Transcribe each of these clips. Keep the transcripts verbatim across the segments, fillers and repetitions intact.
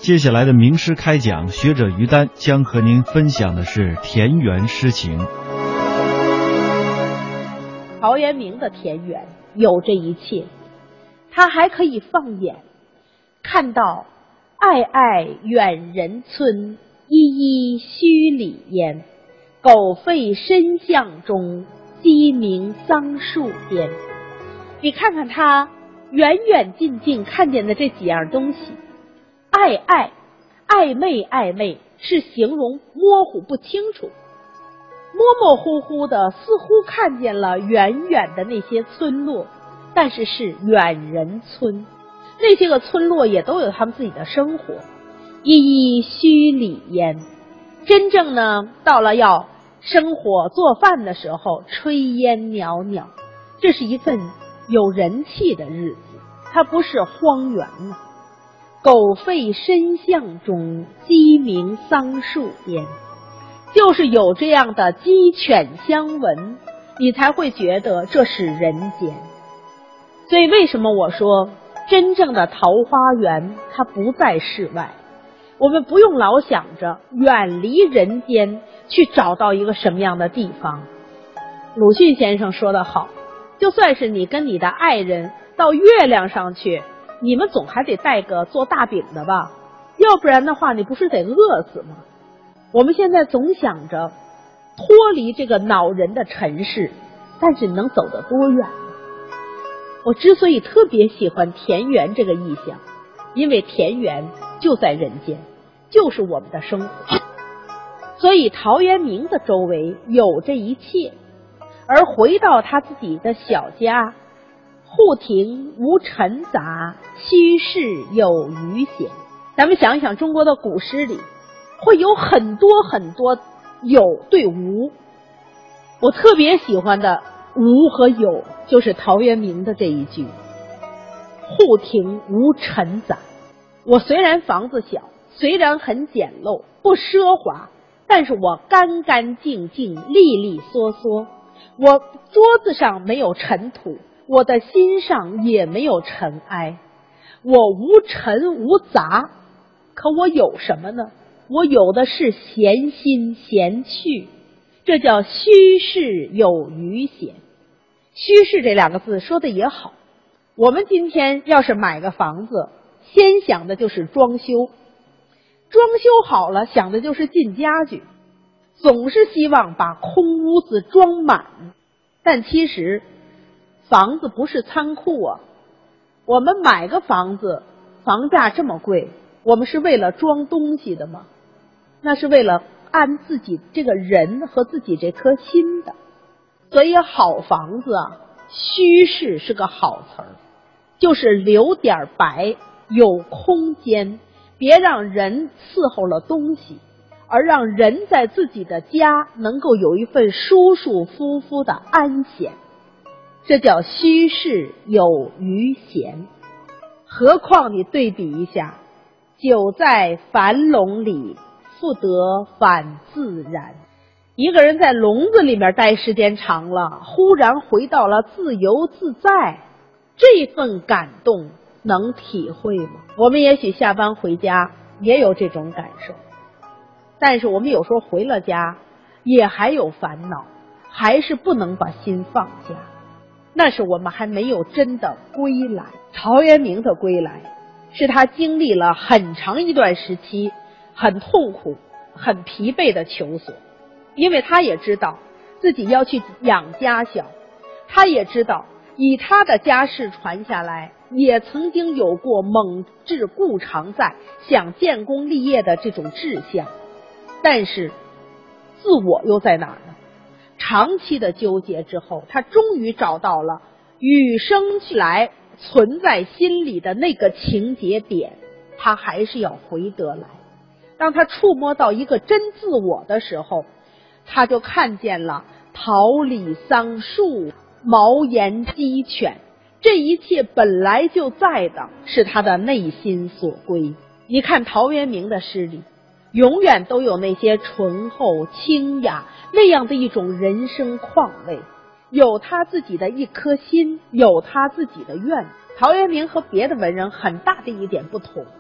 接下来的名师开讲，学者于丹将和您分享的是田园诗情。 陶渊明的田园有这一切，他还可以放眼看到暧暧远人村，依依墟里烟，狗吠深巷中，鸡鸣桑树边。你看看他远远近近看见的这几样东西，暧暧暧昧暧昧是形容模糊不清楚，模模糊糊的似乎看见了远远的那些村落，但是是远人村，那些个村落也都有他们自己的生活，依依墟里烟。真正呢到了要生火做饭的时候，炊烟袅袅，这是一份有人气的日子，它不是荒原啊。狗吠深巷中，鸡鸣桑树边，就是有这样的鸡犬相闻，你才会觉得这是人间。所以为什么我说真正的桃花源它不在室外，我们不用老想着远离人间去找到一个什么样的地方。鲁迅先生说得好，就算是你跟你的爱人到月亮上去，你们总还得带个做大饼的吧，要不然的话你不是得饿死吗？我们现在总想着脱离这个恼人的尘世，但是能走得多远呢？我之所以特别喜欢田园这个意象，因为田园就在人间，就是我们的生活。所以陶渊明的周围有这一切，而回到他自己的小家，户庭无尘杂，虚室有余闲。咱们想一想，中国的古诗里会有很多很多有对无，我特别喜欢的无和有就是陶渊明的这一句，户庭无尘杂。我虽然房子小，虽然很简陋不奢华，但是我干干净净利利索索，我桌子上没有尘土，我的心上也没有尘埃，我无尘无杂。可我有什么呢？我有的是闲心闲趣，这叫虚室有余闲。虚室这两个字说的也好，我们今天要是买个房子，先想的就是装修，装修好了想的就是进家具，总是希望把空屋子装满。但其实房子不是仓库啊，我们买个房子，房价这么贵，我们是为了装东西的吗？那是为了安自己这个人和自己这颗心的。所以好房子啊，虚室是个好词儿，就是留点白，有空间，别让人伺候了东西，而让人在自己的家能够有一份舒舒服服的安闲，这叫虚室有余闲。何况你对比一下，久在樊笼里，复得返自然。一个人在笼子里面待时间长了，忽然回到了自由自在，这份感动能体会吗？我们也许下班回家也有这种感受，但是我们有时候回了家也还有烦恼，还是不能把心放下，那是我们还没有真的归来。陶渊明的归来是他经历了很长一段时期很痛苦很疲惫的求索，因为他也知道自己要去养家小，他也知道以他的家世传下来，也曾经有过猛志固常在，想建功立业的这种志向，但是自我又在哪儿呢？长期的纠结之后，他终于找到了与生俱来存在心里的那个情节点，他还是要回得来。当他触摸到一个真自我的时候，他就看见了桃李桑树，茅檐鸡犬，这一切本来就在的，是他的内心所归。你看陶渊明的诗里永远都有那些醇厚清雅那样的一种人生况味，有他自己的一颗心，有他自己的愿。陶渊明和别的文人很大的一点不同，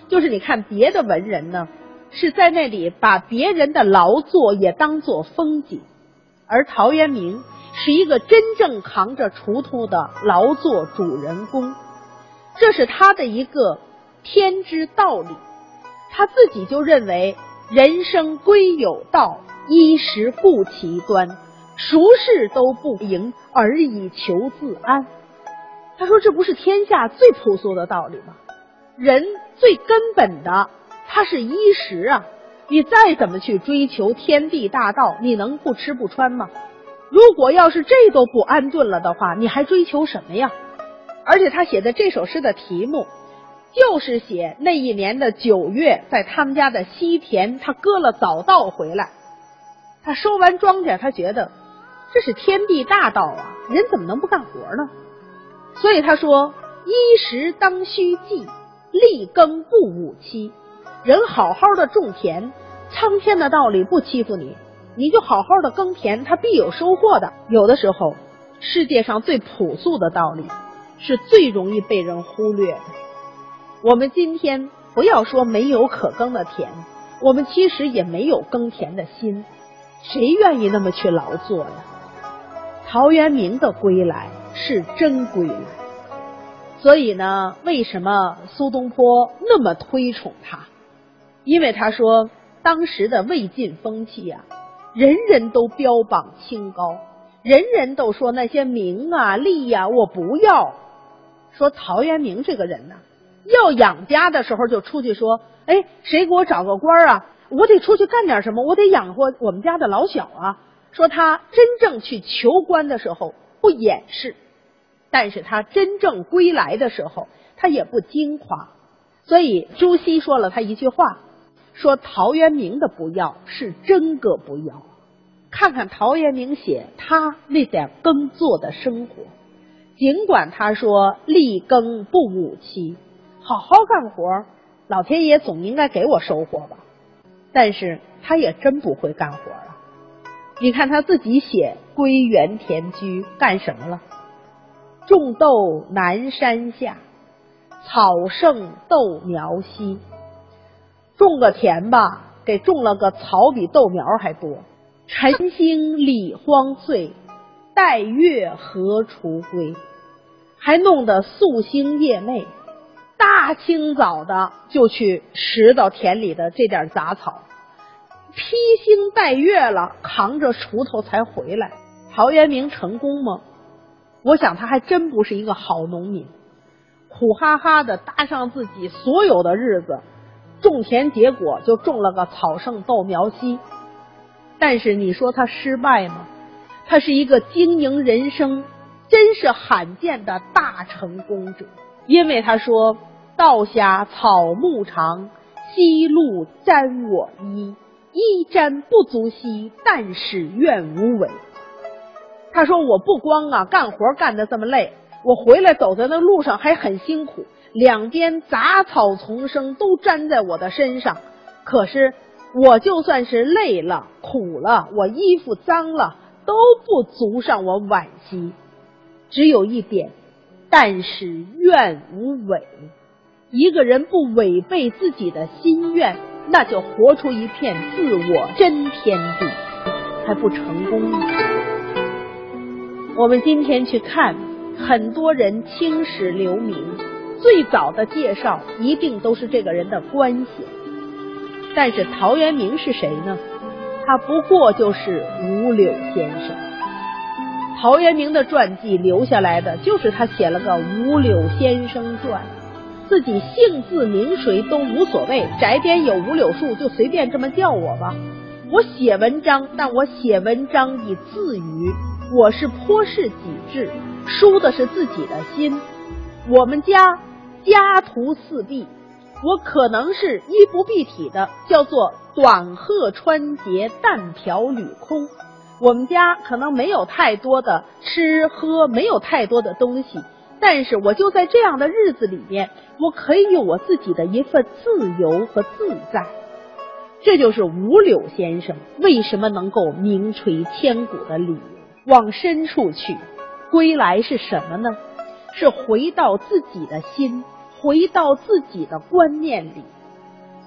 就是你看别的文人呢，是在那里把别人的劳作也当作风景，而陶渊明是一个真正扛着锄头的劳作主人公，这是他的一个天之道理。他自己就认为人生归有道，衣食固其端，孰事都不迎，而以求自安。他说这不是天下最朴素的道理吗？人最根本的它是衣食啊，你再怎么去追求天地大道，你能不吃不穿吗？如果要是这都不安顿了的话，你还追求什么呀？而且他写的这首诗的题目就是写那一年的九月，在他们家的西田，他割了早稻回来，他收完庄稼，他觉得这是天地大道啊，人怎么能不干活呢？所以他说衣食当须记，力耕不侮欺。人好好的种田，苍天的道理不欺负你，你就好好的耕田，它必有收获的。有的时候世界上最朴素的道理是最容易被人忽略的。我们今天不要说没有可耕的田，我们其实也没有耕田的心，谁愿意那么去劳作呀？陶渊明的归来是真归来，所以呢，为什么苏东坡那么推崇他？因为他说当时的魏晋风气啊，人人都标榜清高，人人都说那些名啊利啊我不要。说陶渊明这个人呢、啊，要养家的时候就出去说，哎，谁给我找个官啊，我得出去干点什么，我得养活我们家的老小啊。说他真正去求官的时候不掩饰，但是他真正归来的时候他也不矜夸。所以朱熹说了他一句话，说陶渊明的不要是真个不要。看看陶渊明写他那点耕作的生活，尽管他说力耕不侮欺，好好干活，老天爷总应该给我收获吧，但是他也真不会干活啊。你看他自己写归园田居干什么了？种豆南山下，草盛豆苗稀。种个田吧，给种了个草比豆苗还多。晨兴理荒翠，待月荷锄归。还弄得夙兴夜寐，大清早的就去拾到田里的这点杂草，披星戴月了，扛着锄头才回来。陶渊明成功吗？我想他还真不是一个好农民，苦哈哈的搭上自己所有的日子，种田结果就种了个草盛豆苗稀。但是你说他失败吗？他是一个经营人生真是罕见的大成功者。因为他说道下草木长，夕露沾我衣，衣沾不足惜，但使愿无违。他说我不光啊干活干得这么累，我回来走在那路上还很辛苦，两边杂草丛生都粘在我的身上，可是我就算是累了苦了，我衣服脏了都不足上我惋惜。只有一点，但使愿无违。一个人不违背自己的心愿，那就活出一片自我真天地，还不成功吗？我们今天去看很多人青史留名，最早的介绍一定都是这个人的官衔。但是陶渊明是谁呢？他不过就是五柳先生。陶渊明的传记留下来的就是他写了个五柳先生传，自己姓字名谁都无所谓，宅边有五柳树就随便这么叫我吧。我写文章，但我写文章以自娱，我是颇是己志，抒的是自己的心。我们家家徒四壁，我可能是衣不蔽体的，叫做短褐穿结，淡瓢履空。我们家可能没有太多的吃喝，没有太多的东西，但是我就在这样的日子里面，我可以有我自己的一份自由和自在。这就是五柳先生为什么能够名垂千古的理由。往深处去，归来是什么呢？是回到自己的心，回到自己的观念里，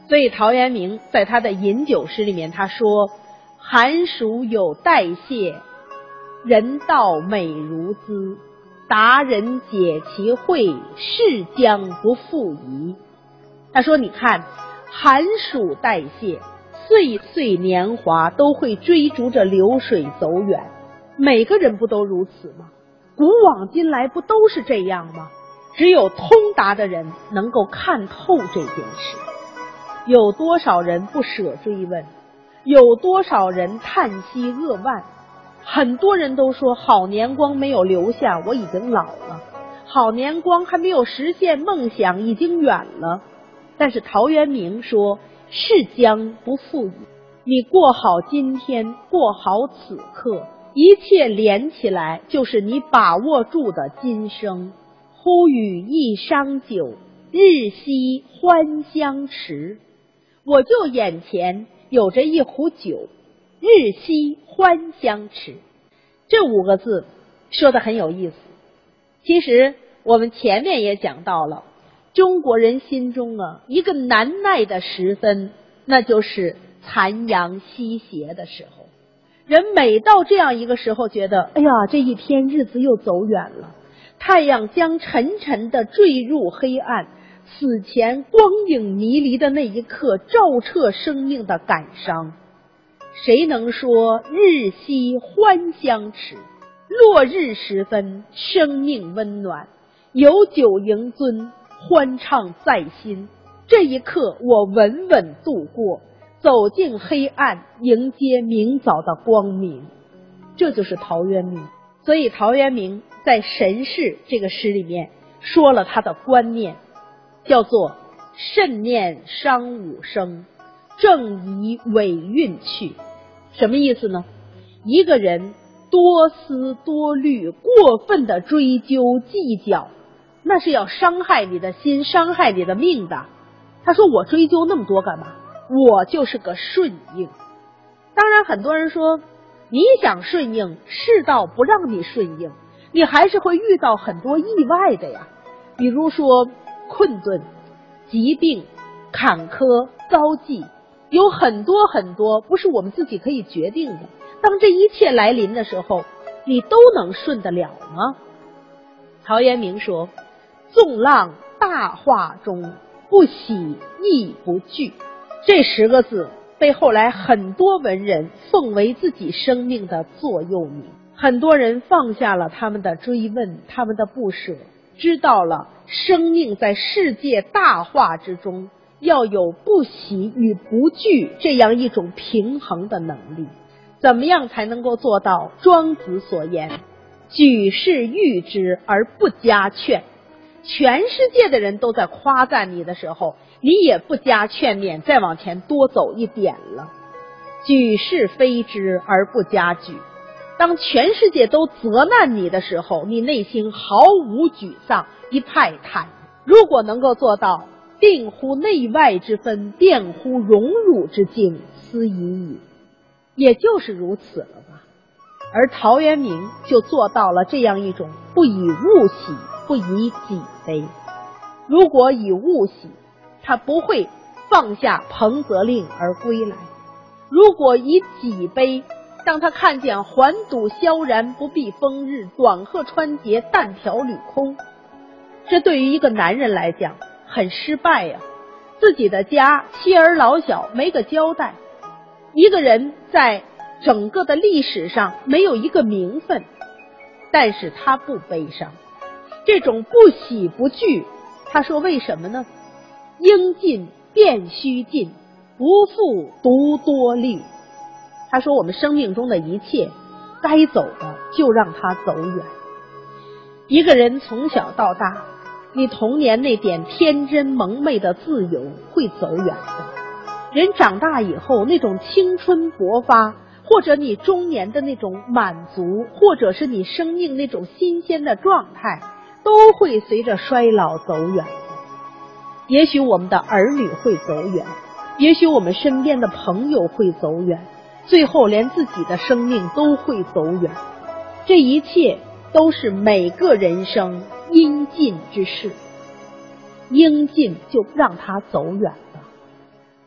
所以陶渊明在他的饮酒诗里面他说，寒暑有代谢，人道美如兹，达人解其会，是将不复疑。他说你看寒暑代谢，岁岁年华都会追逐着流水走远，每个人不都如此吗？古往今来不都是这样吗？只有通达的人能够看透这件事。有多少人不舍追问，有多少人叹息扼腕，很多人都说好年光没有留下，我已经老了，好年光还没有实现梦想，已经远了。但是陶渊明说，是将不复疑。你过好今天，过好此刻，一切连起来就是你把握住的今生。忽与一觞酒，日夕欢相持。我就眼前有着一壶酒，日夕欢相持。这五个字说得很有意思。其实我们前面也讲到了，中国人心中啊一个难耐的时分，那就是残阳西斜的时候。人每到这样一个时候，觉得哎呀，这一天日子又走远了，太阳将沉沉地坠入黑暗，死前光影迷离的那一刻，照彻生命的感伤。谁能说日夕欢相持？落日时分，生命温暖，有酒盈樽，欢畅在心。这一刻我稳稳度过，走进黑暗，迎接明早的光明。这就是陶渊明。所以陶渊明在《神事》这个诗里面说了他的观念，叫做慎念伤吾生，正以委运去。什么意思呢？一个人多思多虑，过分的追究计较，那是要伤害你的心，伤害你的命的。他说我追究那么多干嘛？我就是个顺应。当然很多人说你想顺应，世道不让你顺应，你还是会遇到很多意外的呀。比如说困顿、疾病、坎坷、遭际，有很多很多不是我们自己可以决定的。当这一切来临的时候，你都能顺得了吗？陶渊明说，纵浪大化中，不喜亦不惧。这十个字被后来很多文人奉为自己生命的座右铭。很多人放下了他们的追问，他们的不舍，知道了生命在世界大化之中要有不喜与不惧这样一种平衡的能力。怎么样才能够做到庄子所言，举世誉之而不加劝？全世界的人都在夸赞你的时候，你也不加劝勉，再往前多走一点了。举世非之而不加沮。当全世界都责难你的时候，你内心毫无沮丧，一派坦然。如果能够做到定乎内外之分，辨乎荣辱之境，斯已矣。也就是如此了吧。而陶渊明就做到了这样一种不以物喜，不以己悲。如果以物喜，他不会放下彭泽令而归来；如果以己悲，当他看见环堵萧然，不避风日，短鹤穿节，弹条履空，这对于一个男人来讲很失败呀、啊。自己的家妻儿老小没个交代，一个人在整个的历史上没有一个名分，但是他不悲伤，这种不喜不惧。他说为什么呢？应尽便须尽，不复独多虑。他说我们生命中的一切该走的就让它走远。一个人从小到大，你童年那点天真蒙昧的自由会走远的。人长大以后，那种青春勃发，或者你中年的那种满足，或者是你生命那种新鲜的状态，都会随着衰老走远的。也许我们的儿女会走远，也许我们身边的朋友会走远，最后连自己的生命都会走远。这一切都是每个人生应尽之事，应尽就让它走远了。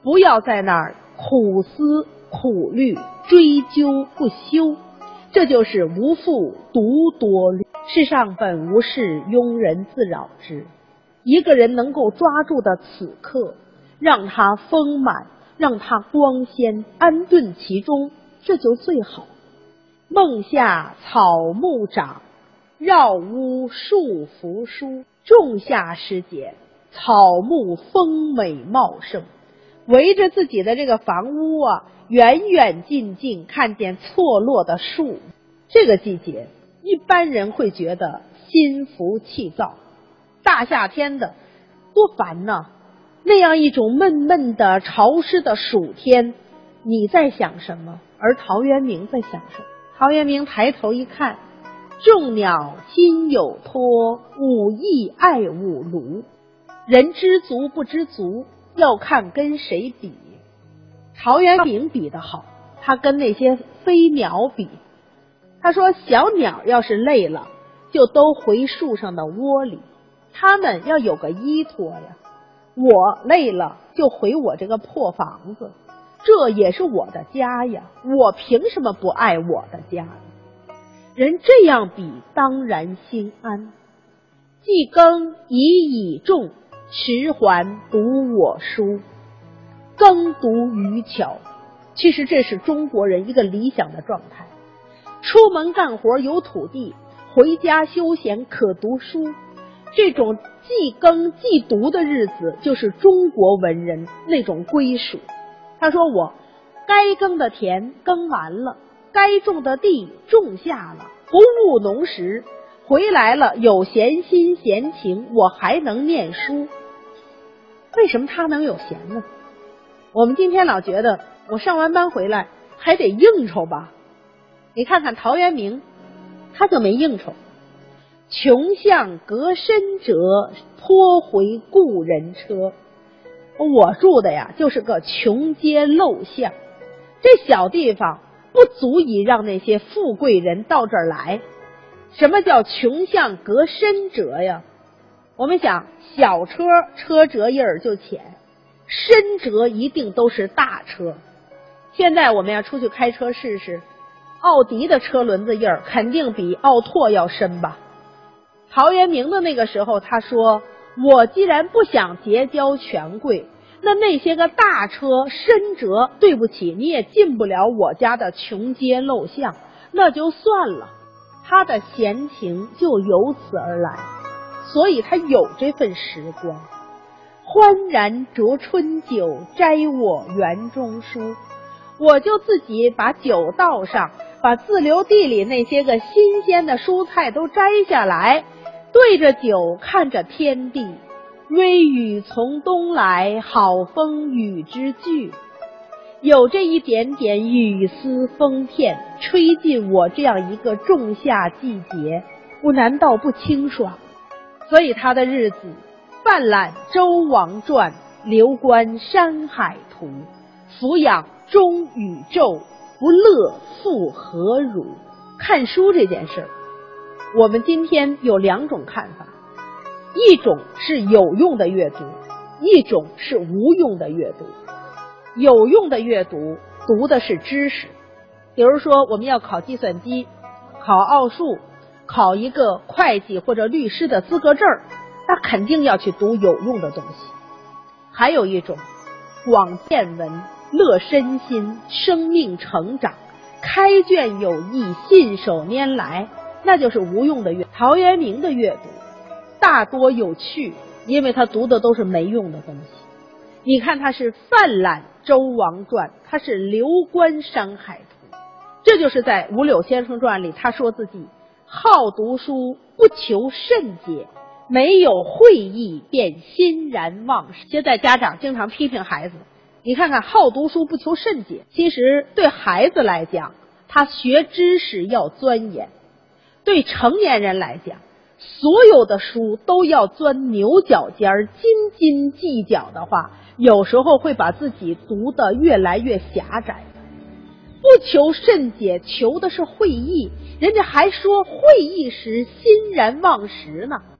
不要在那儿苦思苦虑，追究不休，这就是无复独多虑。世上本无事，庸人自扰之。一个人能够抓住的此刻，让他丰满，让他光鲜，安顿其中，这就最好。梦下草木长，绕屋树扶疏。仲夏时节，草木丰美茂盛，围着自己的这个房屋啊，远远近近看见错落的树。这个季节一般人会觉得心浮气躁，大夏天的多烦呐！那样一种闷闷的潮湿的暑天，你在想什么？而陶渊明在想什么？陶渊明抬头一看，众鸟心有托，吾亦爱吾庐。人知足不知足，要看跟谁比。陶渊明比得好，他跟那些飞鸟比。他说小鸟要是累了，就都回树上的窝里，他们要有个依托呀。我累了就回我这个破房子，这也是我的家呀，我凭什么不爱我的家呢？人这样比当然心安。既耕以以种，迟还读我书。耕读渔樵，其实这是中国人一个理想的状态。出门干活有土地，回家休闲可读书，这种既耕既读的日子，就是中国文人那种归属。他说我该耕的田耕完了，该种的地种下了，不务农时，回来了有闲心闲情，我还能念书。为什么他能有闲呢？我们今天老觉得我上完班回来还得应酬吧，你看看陶渊明，他就没应酬。穷巷隔深辙，颇回故人车。我住的呀就是个穷街陋巷，这小地方不足以让那些富贵人到这儿来。什么叫穷巷隔深辙呀？我们想小车车辙印儿就浅，深辙一定都是大车。现在我们要出去开车试试，奥迪的车轮子印儿肯定比奥拓要深吧。陶渊明的那个时候他说，我既然不想结交权贵，那那些个大车深辙，对不起，你也进不了我家的穷街陋巷，那就算了。他的闲情就由此而来，所以他有这份时光。欢然酌春酒，摘我园中书。我就自己把酒倒上，把自留地里那些个新鲜的蔬菜都摘下来，对着酒看着天地。微雨从东来，好风雨之句。有这一点点雨丝风片吹进我这样一个仲夏季节，我难道不清爽？所以他的日子泛览周王传，流观山海图，俯仰中宇宙，不乐复何如。看书这件事儿，我们今天有两种看法，一种是有用的阅读，一种是无用的阅读。有用的阅读读的是知识，比如说我们要考计算机，考奥数，考一个会计或者律师的资格证，那肯定要去读有用的东西。还有一种广见闻，乐身心，生命成长，开卷有益，信手拈来，那就是无用的阅读。陶渊明的阅读大多有趣，因为他读的都是没用的东西。你看他是泛览周王传，他是流观山海图，这就是在五柳先生传里他说自己好读书，不求甚解，没有会意便欣然忘食。现在家长经常批评孩子，你看看好读书不求甚解，其实对孩子来讲，他学知识要钻研；对成年人来讲，所有的书都要钻牛角尖，斤斤计较的话，有时候会把自己读得越来越狭窄。不求甚解，求的是会意，人家还说会意时欣然忘食呢。